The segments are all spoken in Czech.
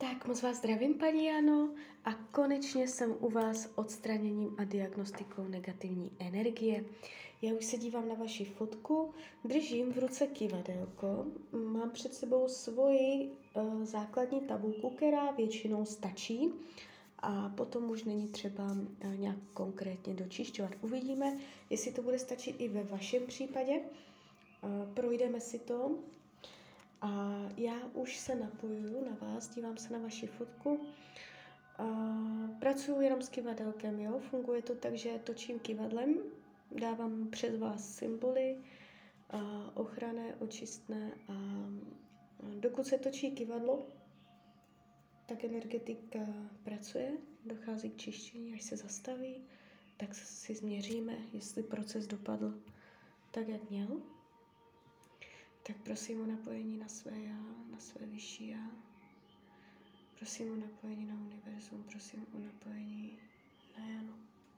Tak moc vás zdravím, paní Jano, a konečně jsem u vás odstraněním a diagnostikou negativní energie. Já už se dívám na vaši fotku, držím v ruce kyvadelko, mám před sebou svoji základní tabulku, která většinou stačí a potom už není třeba nějak konkrétně dočišťovat. Uvidíme, jestli to bude stačit i ve vašem případě. Projdeme si to. A já už se napojuju na vás, dívám se na vaši fotku. Pracuji jenom s kyvadelkem, jo? Funguje to tak, že točím kyvadlem, dávám před vás symboly, ochranné, očistné a dokud se točí kyvadlo, tak energetika pracuje, dochází k čištění, až se zastaví, tak si změříme, jestli proces dopadl tak, jak měl. Tak prosím o napojení na své já, na své vyšší já. Prosím o napojení na univerzum, prosím o napojení na Janu.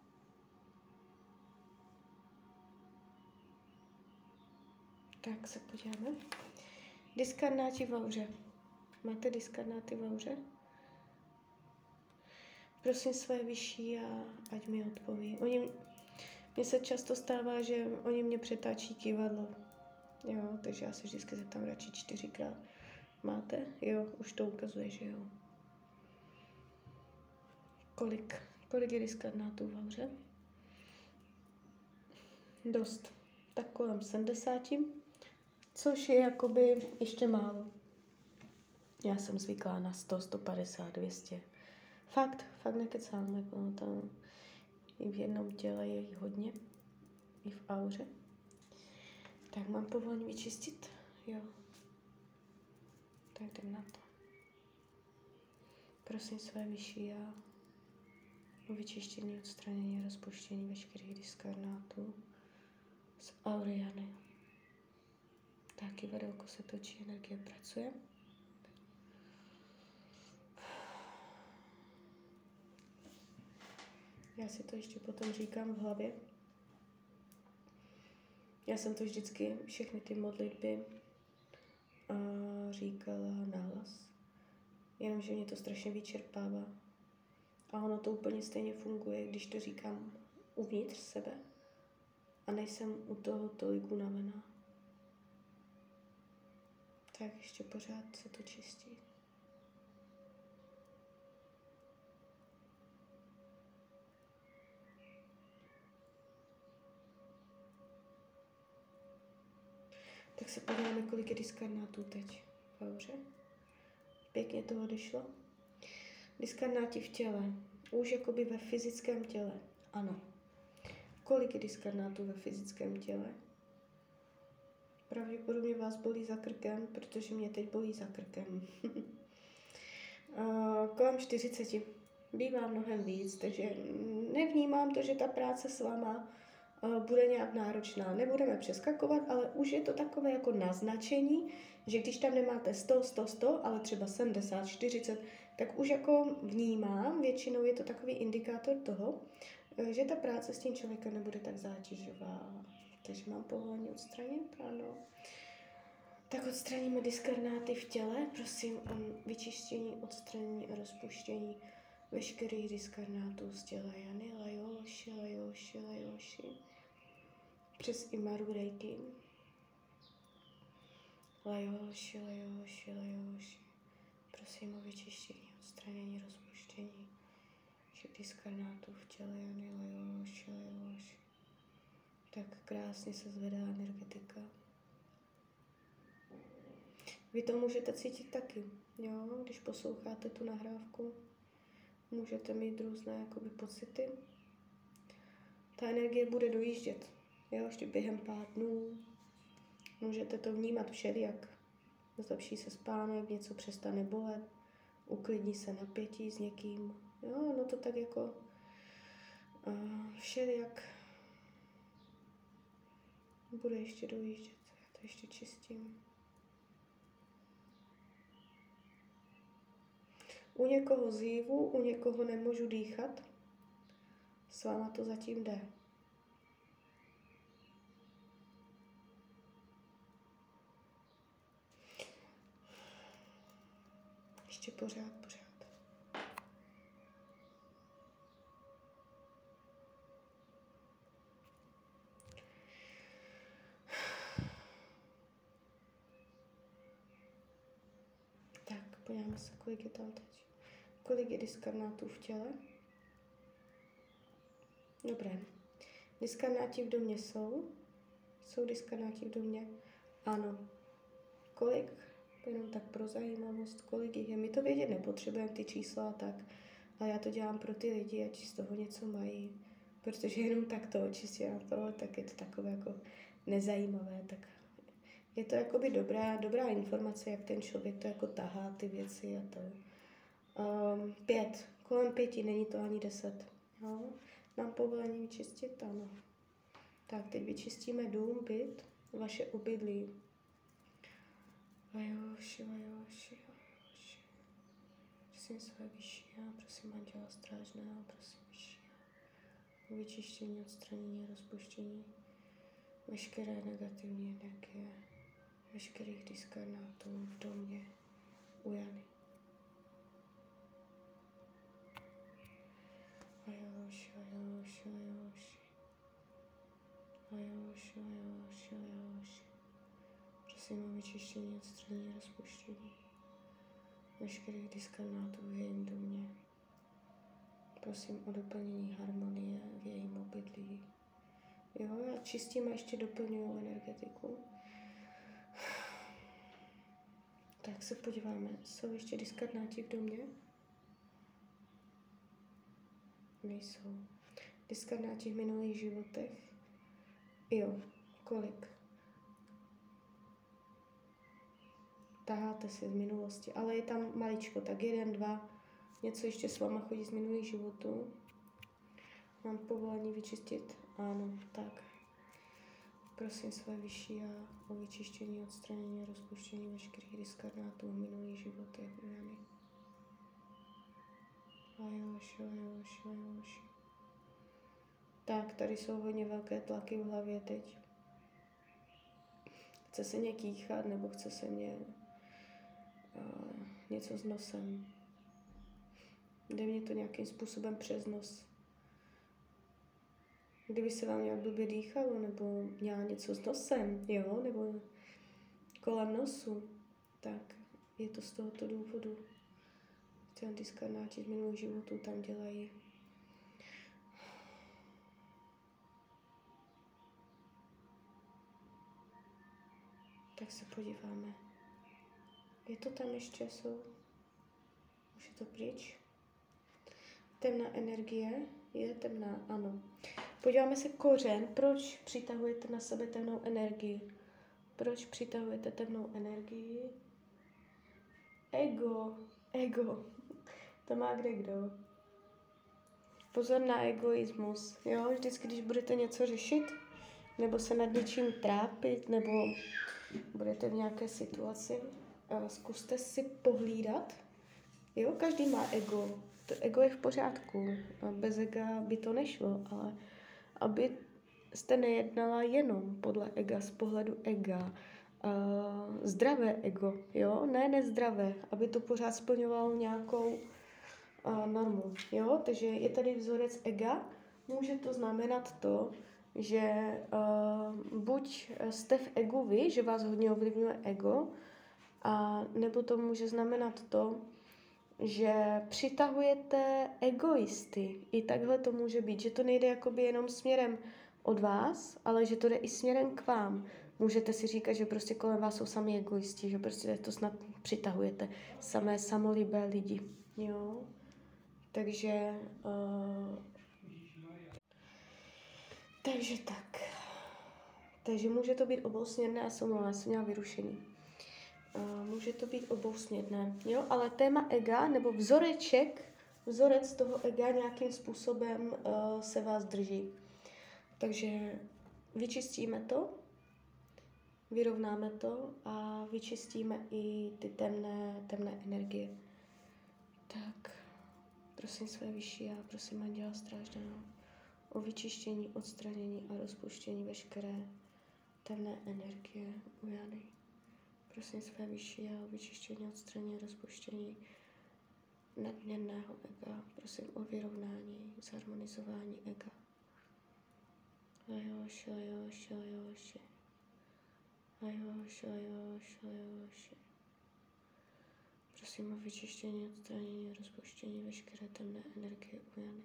Tak se podíváme. Diskarnáti v auře. Máte diskarnáty v auře? Prosím své vyšší a ať mi odpoví. Mně se často stává, že oni mě přetáčí kyvadlo. Jo, takže já se vždycky zeptám radši 4krát. Máte? Jo, už to ukazuje, že jo. Kolik je diskarnátů v auře? Dost. Tak kolem 70, což je jakoby ještě málo. Já jsem zvyklá na 100, 150, 200. Fakt nekecám, jako tam i v jednom těle je jich hodně, i v auře. Tak mám povolení vyčistit? Jo. Tak jdem na to. Prosím své vyšší já o vyčištění, odstranění, rozpuštění veškerých diskarnátů z aury Jany. Tak kyvadelko se točí, energie pracuje. Já si to ještě potom říkám v hlavě. Já jsem to vždycky, všechny ty modlitby říkala nahlas. Jenomže mě to strašně vyčerpává. A ono to úplně stejně funguje, když to říkám uvnitř sebe. A nejsem u toho tolik unavená. Tak ještě pořád se to čistí. Tak se podíváme, kolik je diskarnátů teď v auře. Pěkně to odešlo. Diskarnáti v těle. Už jakoby ve fyzickém těle. Ano. Kolik je diskarnátů ve fyzickém těle? Pravděpodobně vás bolí za krkem, protože mě teď bolí za krkem. Kolem 40. Bývá mnohem víc, takže nevnímám to, že ta práce s váma bude nějak náročná. Nebudeme přeskakovat, ale už je to takové jako naznačení, že když tam nemáte 100, ale třeba 70, 40, tak už jako vnímám, většinou je to takový indikátor toho, že ta práce s tím člověkem nebude tak zátěžová. Takže mám povolení odstranit, ano. Tak odstraníme diskarnáty v těle, prosím o vyčištění, odstranění a rozpuštění veškerých diskarnátů z těla Jany, lajoši. Přes Imaru Reiki. Lajoši. Prosím o vyčištění, odstranění, rozpuštění všech diskarnátů v těle Jany, lajoši. Tak krásně se zvedá energetika. Vy to můžete cítit taky, jo? Když posloucháte tu nahrávku, můžete mít různé jakoby pocity. Ta energie bude dojíždět, jo? Ještě během pár dnů. Můžete to vnímat všelijak. Zlepší se spánek, něco přestane bolet, uklidní se napětí s někým. Jo, no to tak jako všelijak bude ještě dojíždět. Já to ještě čistím. U někoho zívu, u někoho nemůžu dýchat. S váma to zatím jde. Ještě pořád. Podíváme se, kolik je tam teď. Kolik je diskarnátů v těle? Dobré. Diskarnáti v domě jsou? Jsou diskarnáti v domě? Ano. Kolik? Jenom tak pro zajímavost, kolik jich je. My to vědět nepotřebujeme, ty čísla a tak. Ale já to dělám pro ty lidi, ať z toho něco mají. Protože jenom tak to čistě na to, tak je to takové jako nezajímavé. Tak je to jakoby dobrá informace, jak ten člověk to jako tahá, ty věci a to. 5. Kolem 5, není to ani 10. No, mám povolení vyčistit? Ano. Tak, teď vyčistíme dům, byt, vaše obydlí. Vajoši. Prosím své vyšší, prosím anděla strážného, prosím vyšší. Vyčištění, odstranění, rozpuštění veškeré negativní energie, veškerých diskarnátů v domě u Jany. Vajoši. Prosím o vyčištění, odstranění, rozpuštění veškerých diskarnátů v jejím domě. Prosím o doplnění harmonie v jejím obydlí. Jo, já čistím a ještě doplňuju energetiku. Tak se podíváme, jsou ještě diskarnáti v domě? Nejsou. Diskarnáti v minulých životech? Jo, kolik? Taháte si z minulosti, ale je tam maličko, tak 1, 2, něco ještě s váma chodí z minulých životů. Mám povolení vyčistit? Ano, tak. Prosím své vyšší a o vyčištění, odstranění a rozpuštění veškerých diskarnátů v minulých životech u Jany. Vajoši. Tak, tady jsou hodně velké tlaky v hlavě teď. Chce se mě kýchat, nebo chce se mě něco s nosem. Jde mě to nějakým způsobem přes nos. Kdyby se vám nějak blbě dýchalo, nebo měla něco s nosem, jo, nebo kolem nosu, tak je to z tohoto důvodu. Ten diskarnáti z minulých životů tam dělají. Tak se podíváme. Je to tam ještě, už je to pryč. Temná energie, je temná, ano. Podíváme se kořen, proč přitahujete na sebe temnou energii. Proč přitahujete temnou energii? Ego. To má kde kdo. Pozor na egoismus, jo, vždycky, když budete něco řešit, nebo se nad něčím trápit, nebo budete v nějaké situaci, zkuste si pohlídat, jo, každý má ego, to ego je v pořádku, bez ega by to nešlo, ale aby jste nejednala jenom podle ega, z pohledu ega, zdravé ego, jo, ne nezdravé, aby to pořád splňovalo nějakou normu, jo, takže je tady vzorec ega, může to znamenat to, že buď jste v egu vy, že vás hodně ovlivňuje ego, a nebo to může znamenat to, že přitahujete egoisty. I takhle to může být, že to nejde jakoby jenom směrem od vás, ale že to jde i směrem k vám. Můžete si říkat, že prostě kolem vás jsou sami egoisti, že prostě to snad přitahujete samé samolibé lidi. Jo? Takže tak. Takže může to být obousměrné a jsem měla vyrušení. Může to být obousměrné, jo? Ale téma ega nebo vzorec toho ega nějakým způsobem se vás drží. Takže vyčistíme to, vyrovnáme to a vyčistíme i ty temné energie. Tak, prosím své vyšší a prosím anděla strážného o vyčištění, odstranění a rozpuštění veškeré temné energie u Jany. Prosím své vyšší a o vyčištění, odstranění, rozpuštění nadměrného ega. Prosím o vyrovnání, zharmonizování ega. Prosím o vyčištění, odstranění, rozpuštění veškeré temné energie u Jany.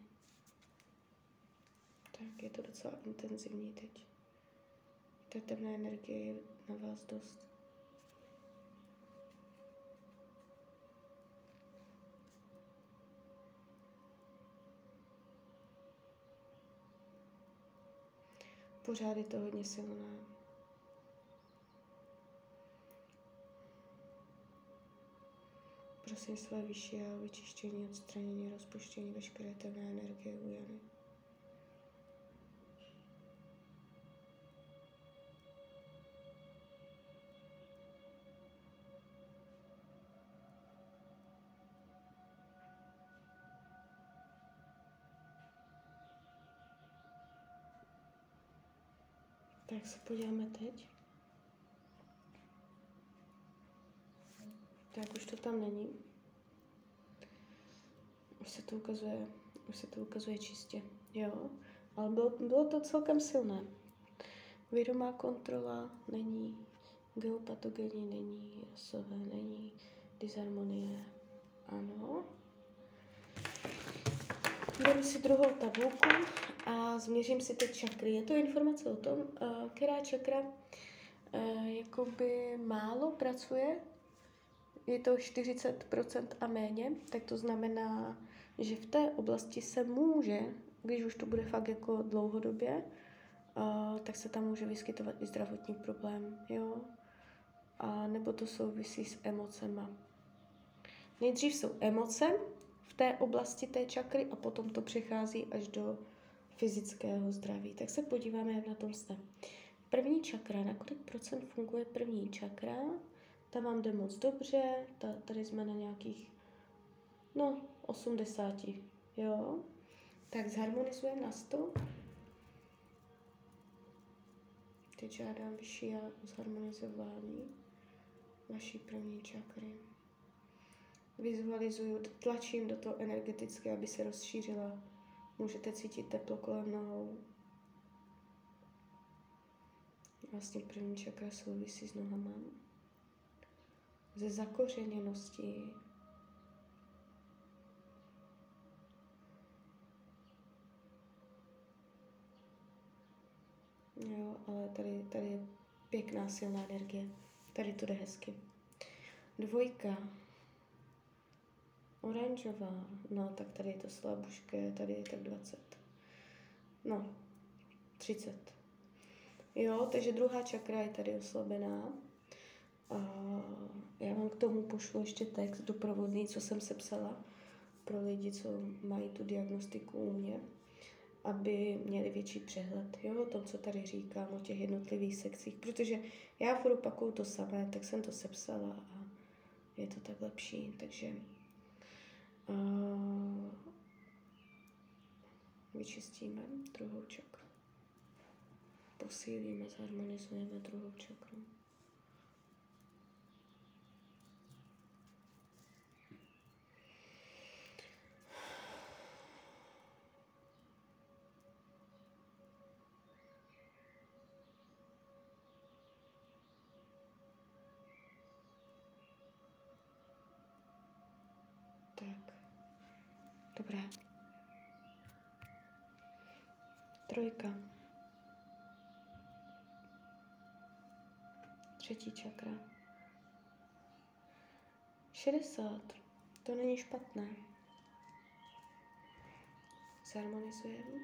Tak, je to docela intenzivní teď. Ta temná energie je na vás dost. Pořád je to hodně silné. Prosím své vyšší a vyčištění, odstranění, rozpuštění veškeré temné energie u Jany. Tak se podíváme teď. Tak už to tam není. Už se to ukazuje čistě. Jo, ale bylo to celkem silné. Vědomá kontrola není, geopatogenní není, rasové není, disharmonie, ano. Dám si druhou tabulku a změřím si teď čakry. Je to informace o tom, která čakra jakoby málo pracuje, je to 40% a méně, tak to znamená, že v té oblasti se může, když už to bude fakt jako dlouhodobě, tak se tam může vyskytovat i zdravotní problém, jo? A nebo to souvisí s emocema. Nejdřív jsou emoce v té oblasti té čakry a potom to přechází až do fyzického zdraví. Tak se podíváme, jak na tom jste. První čakra, na kolik procent funguje první čakra? Ta vám jde moc dobře, tady jsme na nějakých, 80, jo? Tak zharmonizujeme na 100. Teď žádám vyšší a zharmonizování vaší první čakry. Vizualizuju, tlačím do toho energetické, aby se rozšířila. Můžete cítit teplo kolem nohou. Vlastně první čakra souvisí s nohama. Ze zakořeněnosti. Jo, ale tady je pěkná silná energie. Tady to jde hezky. 2. Oranžová. No, tak tady je to slabušké, tady je tak 20. 30. Jo, takže druhá čakra je tady oslabená. Já vám k tomu pošlu ještě text doprovodný, co jsem sepsala pro lidi, co mají tu diagnostiku u mě, aby měli větší přehled, jo, o tom, co tady říkám, o těch jednotlivých sekcích, protože já furt opakuju to samé, tak jsem to sepsala a je to tak lepší, takže vyčistíme druhou čakru. Posílíme, zharmonizujeme druhou čakru. Tak, dobré. 3. 3. čakra. 60. To není špatné. Zharmonizujeme.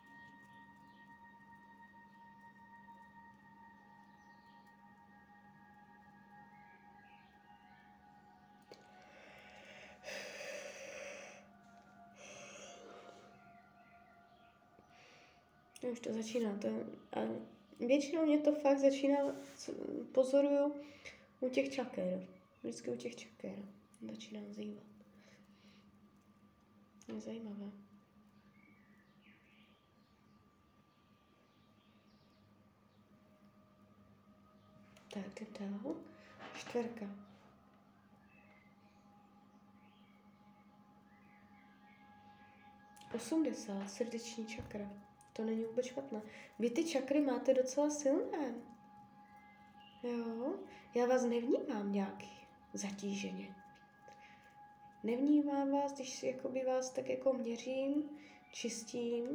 Už to začíná. Většinou mě to fakt začíná, pozoruju u těch čaker. Vždycky u těch čaker. Začínám zajímat. Je zajímavé. Tak, dál. 4. Osmdesát, srdeční čakra. To není vůbec špatné. Vy ty čakry máte docela silné. Jo, já vás nevnímám nějak zatíženě. Nevnímám vás, když jakoby vás tak jako měřím, čistím,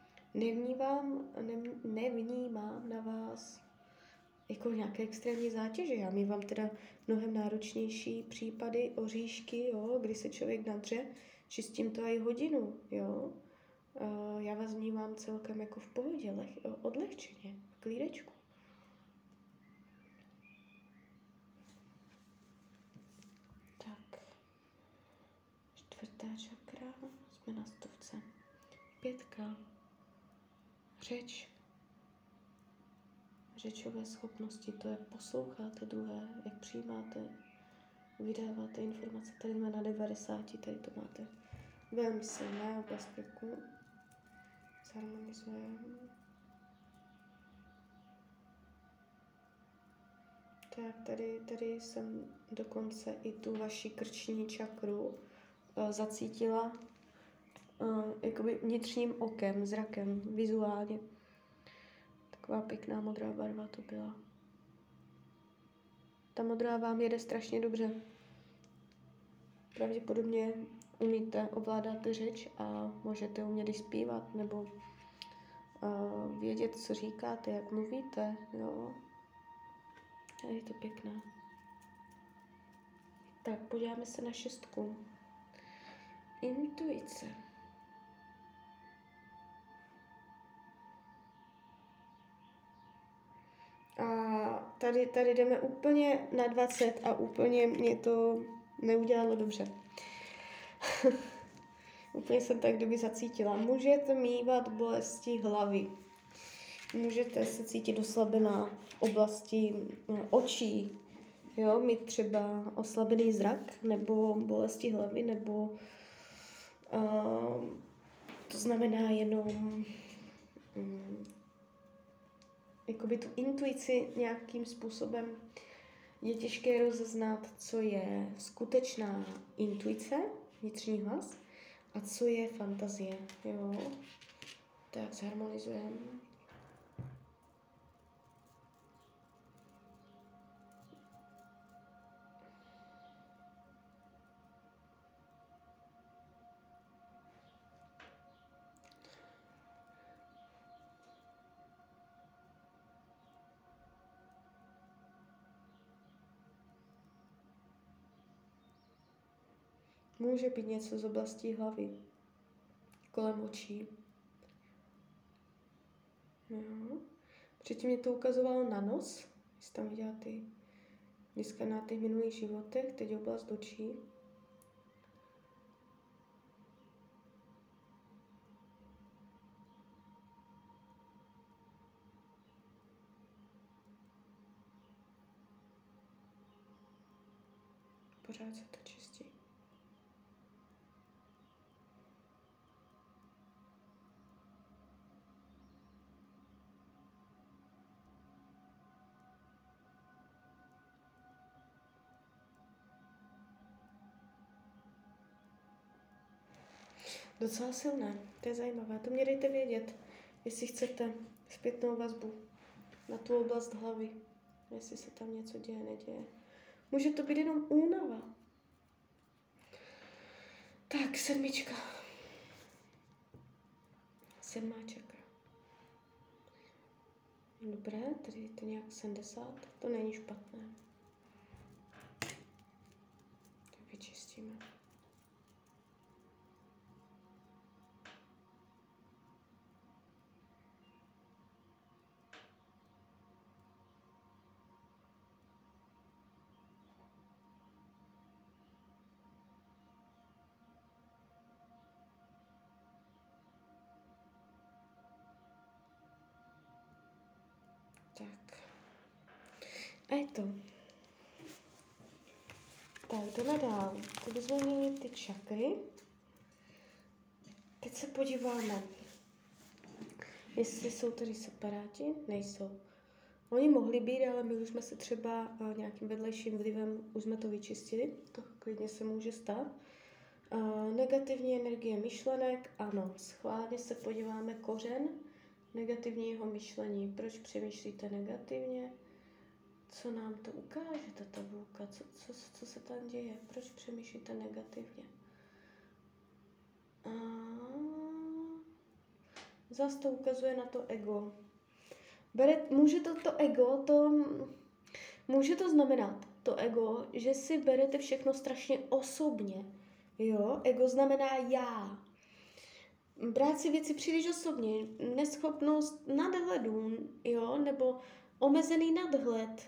nevnímám na vás jako nějaké extrémní zátěže. Já mívám teda mnohem náročnější případy, oříšky, jo, kdy se člověk nadře, čistím to i hodinu, jo. Já vás vnímám celkem jako v pohodě, odlehčeně, v klídečku. Tak. 4. čakra, jsme na 100. 5. Řeč. Řečové schopnosti, to je posloucháte druhé, jak přijímáte, vydáváte informace. Tady jsme na 90, tady to máte velmi silné oblast krku. Zharmonizujeme. Tak, tady jsem dokonce i tu vaši krční čakru zacítila jakoby vnitřním okem, zrakem, vizuálně. Taková pěkná modrá barva to byla. Ta modrá vám jede strašně dobře. Pravděpodobně ovládáte řeč a můžete umět i zpívat, nebo vědět, co říkáte, jak mluvíte, jo. A je to pěkné. Tak, podíváme se na 6. Intuice. A tady jdeme úplně na 20 a úplně mě to neudělalo dobře. Úplně jsem tak kdyby zacítila. Můžete mívat bolesti hlavy. Můžete se cítit oslabená v oblasti očí. Jo, mít třeba oslabený zrak, nebo bolesti hlavy, nebo to znamená jenom jakoby tu intuici nějakým způsobem je těžké rozeznat, co je skutečná intuice, vnitřní hlas, a co je fantazie, jo. Tak zharmonizujeme. Může být něco z oblasti hlavy, kolem očí. Jo. Předtím mě to ukazovalo na nos, jestli tam viděla ty dneska na těch minulých životech, teď oblast očí. Pořád se to čistí. Docela silné, to je zajímavé. To mě dejte vědět, jestli chcete zpětnou vazbu na tu oblast hlavy, jestli se tam něco děje, neděje. Může to být jenom únava. Tak, 7. 7. čakra. Dobré, tady je to nějak 70, to není špatné. Tak vyčistíme. Tak. A je to. Tak, jdeme dál. Tady jsme měli ty čakry. Teď se podíváme, jestli jsou tady separáti. Nejsou. Oni mohli být, ale my už jsme se třeba nějakým vedlejším vlivem, už jsme to vyčistili. To klidně se může stát. Negativní energie myšlenek, ano. Schválně se podíváme kořen negativního myšlení. Proč přemýšlíte negativně? Co nám to ukáže, ta tabulka? Co se tam děje? Proč přemýšlíte negativně? Zas to ukazuje na to ego. Může to znamenat, to ego, že si berete všechno strašně osobně. Jo, ego znamená já. Brát si věci příliš osobně, neschopnost nadhledu, jo, nebo omezený nadhled,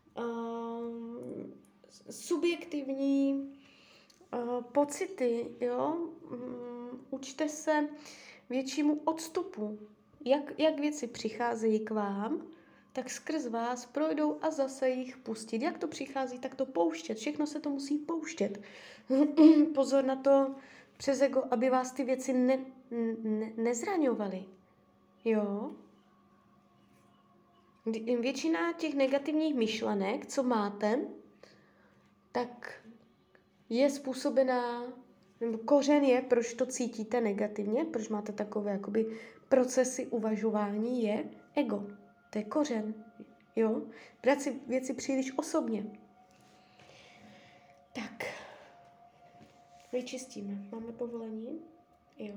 subjektivní pocity, jo, učte se většímu odstupu. Jak věci přicházejí k vám, tak skrz vás projdou a zase jich pustit. Jak to přichází, tak to pouštět. Všechno se to musí pouštět. Pozor na to přes ego, aby vás ty věci nezraňovaly. Jo? Většina těch negativních myšlenek, co máte, tak je způsobená, nebo kořen je, proč to cítíte negativně, proč máte takové jakoby procesy uvažování, je ego. To je kořen. Jo? Brát si věci příliš osobně. Tak. Vyčistíme. Máme povolení? Jo.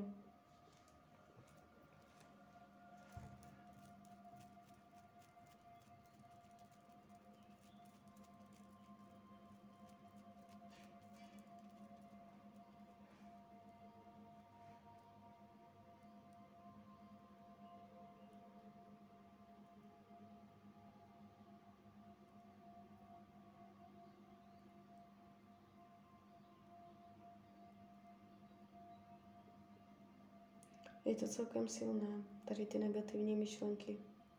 Je to celkem silné, tady ty negativní myšlenky.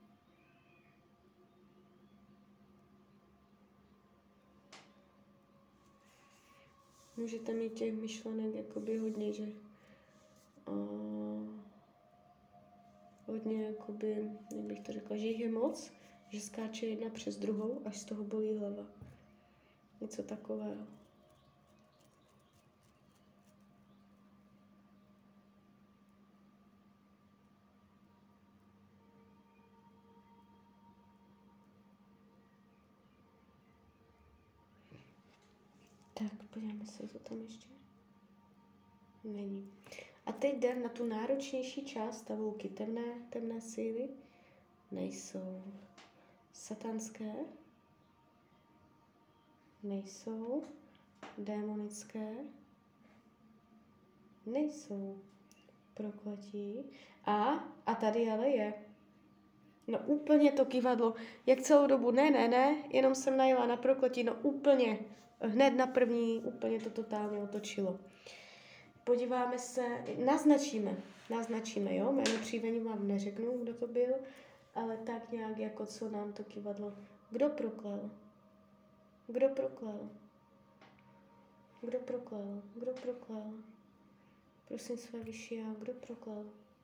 Můžete mít těch myšlenek jakoby hodně, že hodně jakoby, jak bych to řekla, že jich je moc, že skáče jedna přes druhou, až z toho bolí hlava. Něco takového. Tak, podíváme se, co tam ještě není. A teď jdem na tu náročnější část tabulky. Temné síly nejsou. Satanské nejsou. Démonické nejsou. Prokletí. A tady ale je. No úplně to kývadlo. Jak celou dobu, ne, jenom jsem najela na prokletí, no úplně. Hned na první úplně to totálně otočilo. Podíváme se, naznačíme, jo? Jméno přívení vám neřeknu, kdo to byl, ale tak nějak jako co nám to kývadlo. Kdo proklel? Kdo proklel? Kdo proklel? Kdo proklel? Prosím své vyšší já, kdo proklel?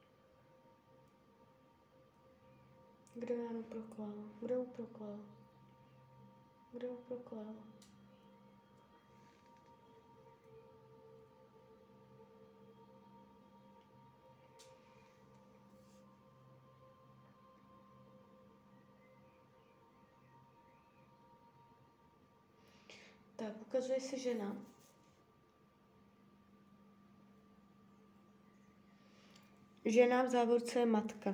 Kdo Jánu proklel? Kdo ho proklel? Kdo ho proklel? Tak, ukazuje se žena. Žena v závorce je matka.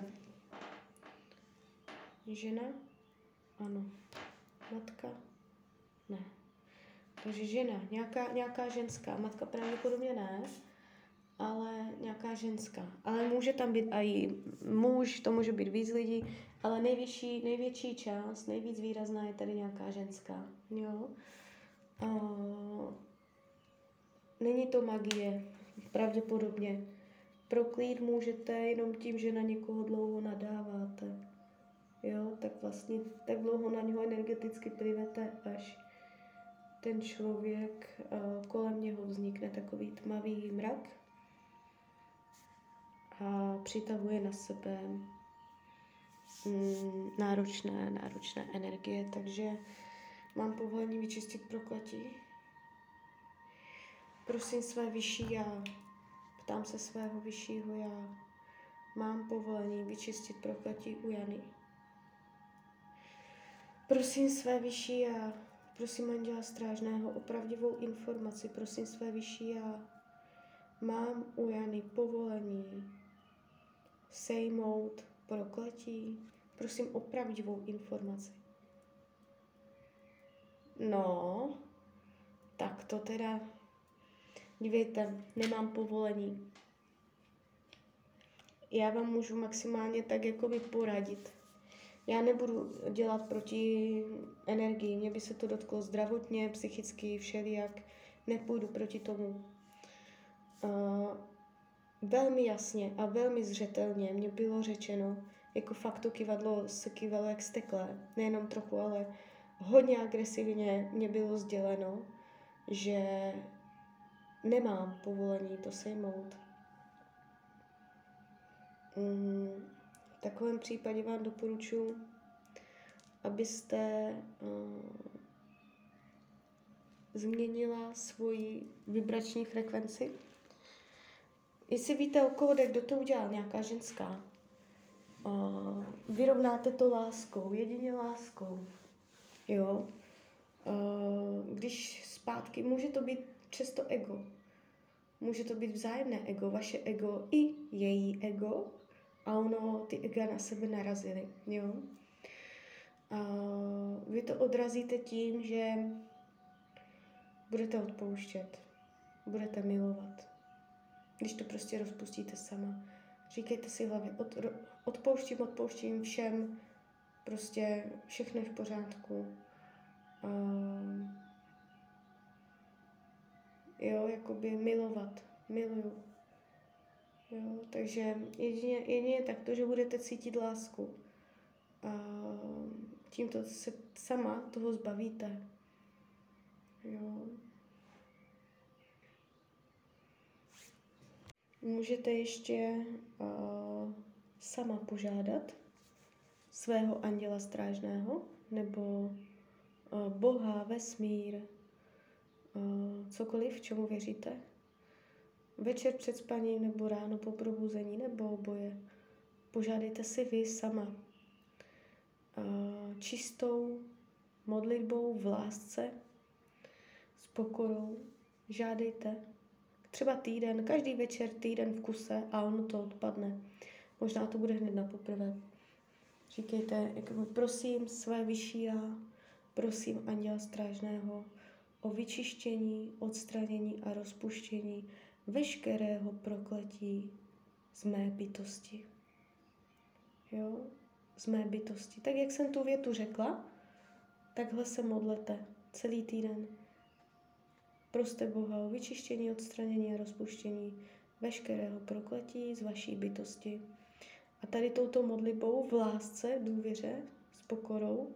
Žena? Ano. Matka? Ne. Takže žena, nějaká ženská. Matka pravděpodobně ne, ale nějaká ženská. Ale může tam být i muž, to může být víc lidí, ale největší část, nejvíc výrazná je tady nějaká ženská. Jo? Není to magie, pravděpodobně. Proklít můžete jenom tím, že na někoho dlouho nadáváte. Jo, tak vlastně tak dlouho na něho energeticky plivete, až ten člověk, kolem něho vznikne takový tmavý mrak a přitahuje na sebe náročné energie, takže mám povolení vyčistit prokletí. Prosím své vyšší já, ptám se svého vyššího já, mám povolení vyčistit prokletí u Jany. Prosím své vyšší já, prosím anděla strážného o pravdivou informaci, prosím své vyšší já, mám u Jany povolení sejmout prokletí? Prosím o pravdivou informaci. No, tak to teda, dívejte, nemám povolení. Já vám můžu maximálně tak jakoby poradit. Já nebudu dělat proti energii, mě by se to dotklo zdravotně, psychicky, všelijak, nepůjdu proti tomu. Velmi jasně a velmi zřetelně mě bylo řečeno, jako fakt to kyvadlo se kývalo jak steklé, nejenom trochu, ale hodně agresivně mě bylo sděleno, že nemám povolení to sejmout. V takovém případě vám doporučuji, abyste změnila svoji vibrační frekvenci. Jestli víte, o koho jde, kdo to udělal, nějaká ženská, vyrovnáte to láskou, jedině láskou. Jo? Když zpátky, může to být často ego. Může to být vzájemné ego, vaše ego i její ego a ono ty ega na sebe narazily. Jo? Vy to odrazíte tím, že budete odpouštět, budete milovat. Když to prostě rozpustíte sama. Říkejte si v hlavě, odpouštím všem, prostě všechno je v pořádku. Jo, jakoby milovat, miluju. Jo, takže jedině tak to, že budete cítit lásku. Tímto se sama toho zbavíte. Jo. Můžete ještě sama požádat svého anděla strážného nebo Boha, vesmír, cokoliv, čemu věříte. Večer před spaním nebo ráno po probuzení nebo oboje. Požádejte si vy sama čistou modlitbou v lásce, s pokorou. Žádejte. Třeba týden, každý večer týden v kuse a ono to odpadne. Možná to bude hned na poprvé. Říkejte, jako prosím své vyšší já, prosím anděla strážného o vyčištění, odstranění a rozpuštění veškerého prokletí z mé bytosti. Jo? Z mé bytosti. Tak jak jsem tu větu řekla, takhle se modlete celý týden. Proste Boha o vyčištění, odstranění a rozpuštění veškerého prokletí z vaší bytosti. A tady touto modlitbou v lásce, v důvěře, s pokorou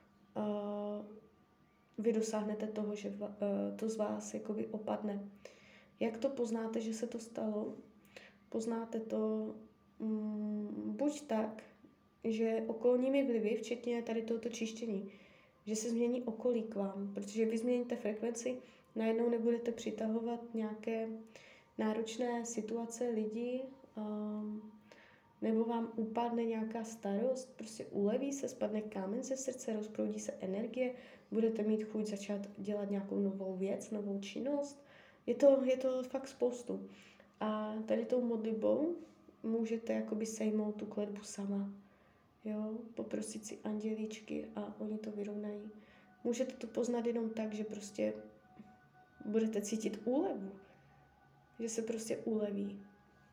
vy dosáhnete toho, že to z vás jakoby opadne. Jak to poznáte, že se to stalo? Poznáte to buď tak, že okolními vlivy, včetně tady tohoto čištění, že se změní okolí k vám, protože vy změníte frekvenci, najednou nebudete přitahovat nějaké náročné situace lidí, nebo vám upadne nějaká starost, prostě uleví se, spadne kámen ze srdce, rozproudí se energie, budete mít chuť začát dělat nějakou novou věc, novou činnost. Je to fakt spoustu. A tady tou modlitbou můžete jakoby sejmout tu kletbu sama. Jo? Poprosit si andělíčky a oni to vyrovnají. Můžete to poznat jenom tak, že prostě budete cítit úlevu. Že se prostě uleví.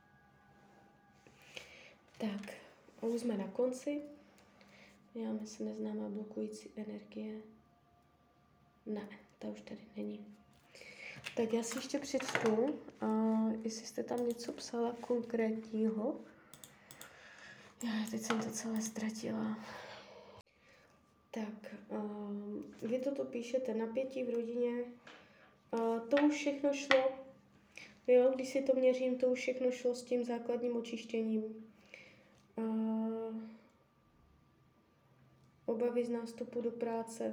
Tak, a už jsme na konci. Máme se neznámá blokující energie. Ne, ta už tady není. Tak já si ještě přečtu, jestli jste tam něco psala konkrétního. Já teď jsem to celé ztratila. Tak, vy toto píšete, napětí v rodině. To už všechno šlo. Jo, když si to měřím, to už všechno šlo s tím základním očištěním. Obavy z nástupu do práce.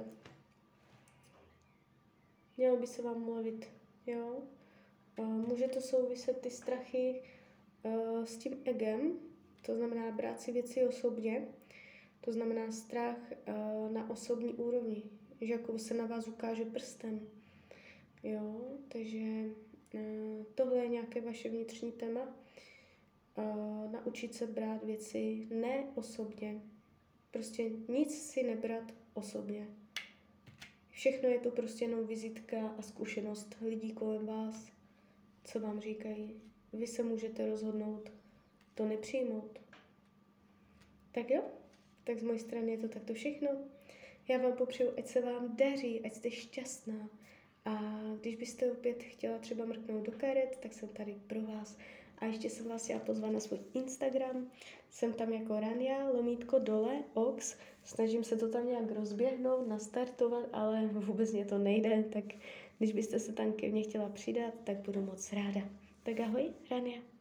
Mělo by se vám ulevit, jo. Může to souviset ty strachy s tím egem, to znamená brát si věci osobně, to znamená strach na osobní úrovni, že jako se na vás ukáže prstem, jo. Takže tohle je nějaké vaše vnitřní téma. naučit se brát věci ne osobně. Prostě nic si nebrat osobně. Všechno je to prostě jenom vizitka a zkušenost lidí kolem vás, co vám říkají. Vy se můžete rozhodnout to nepřijmout. Tak jo, tak z mojej strany je to takto všechno. Já vám popřeju, ať se vám daří, ať jste šťastná. A když byste opět chtěla třeba mrknout do karet, tak jsem tady pro vás. A ještě jsem vás chtěla pozvat na svůj Instagram. Jsem tam jako Rania, _ Ox. Snažím se to tam nějak rozběhnout, nastartovat, ale vůbec mě to nejde. Tak když byste se tam ke mně chtěla přidat, tak budu moc ráda. Tak ahoj, Rania.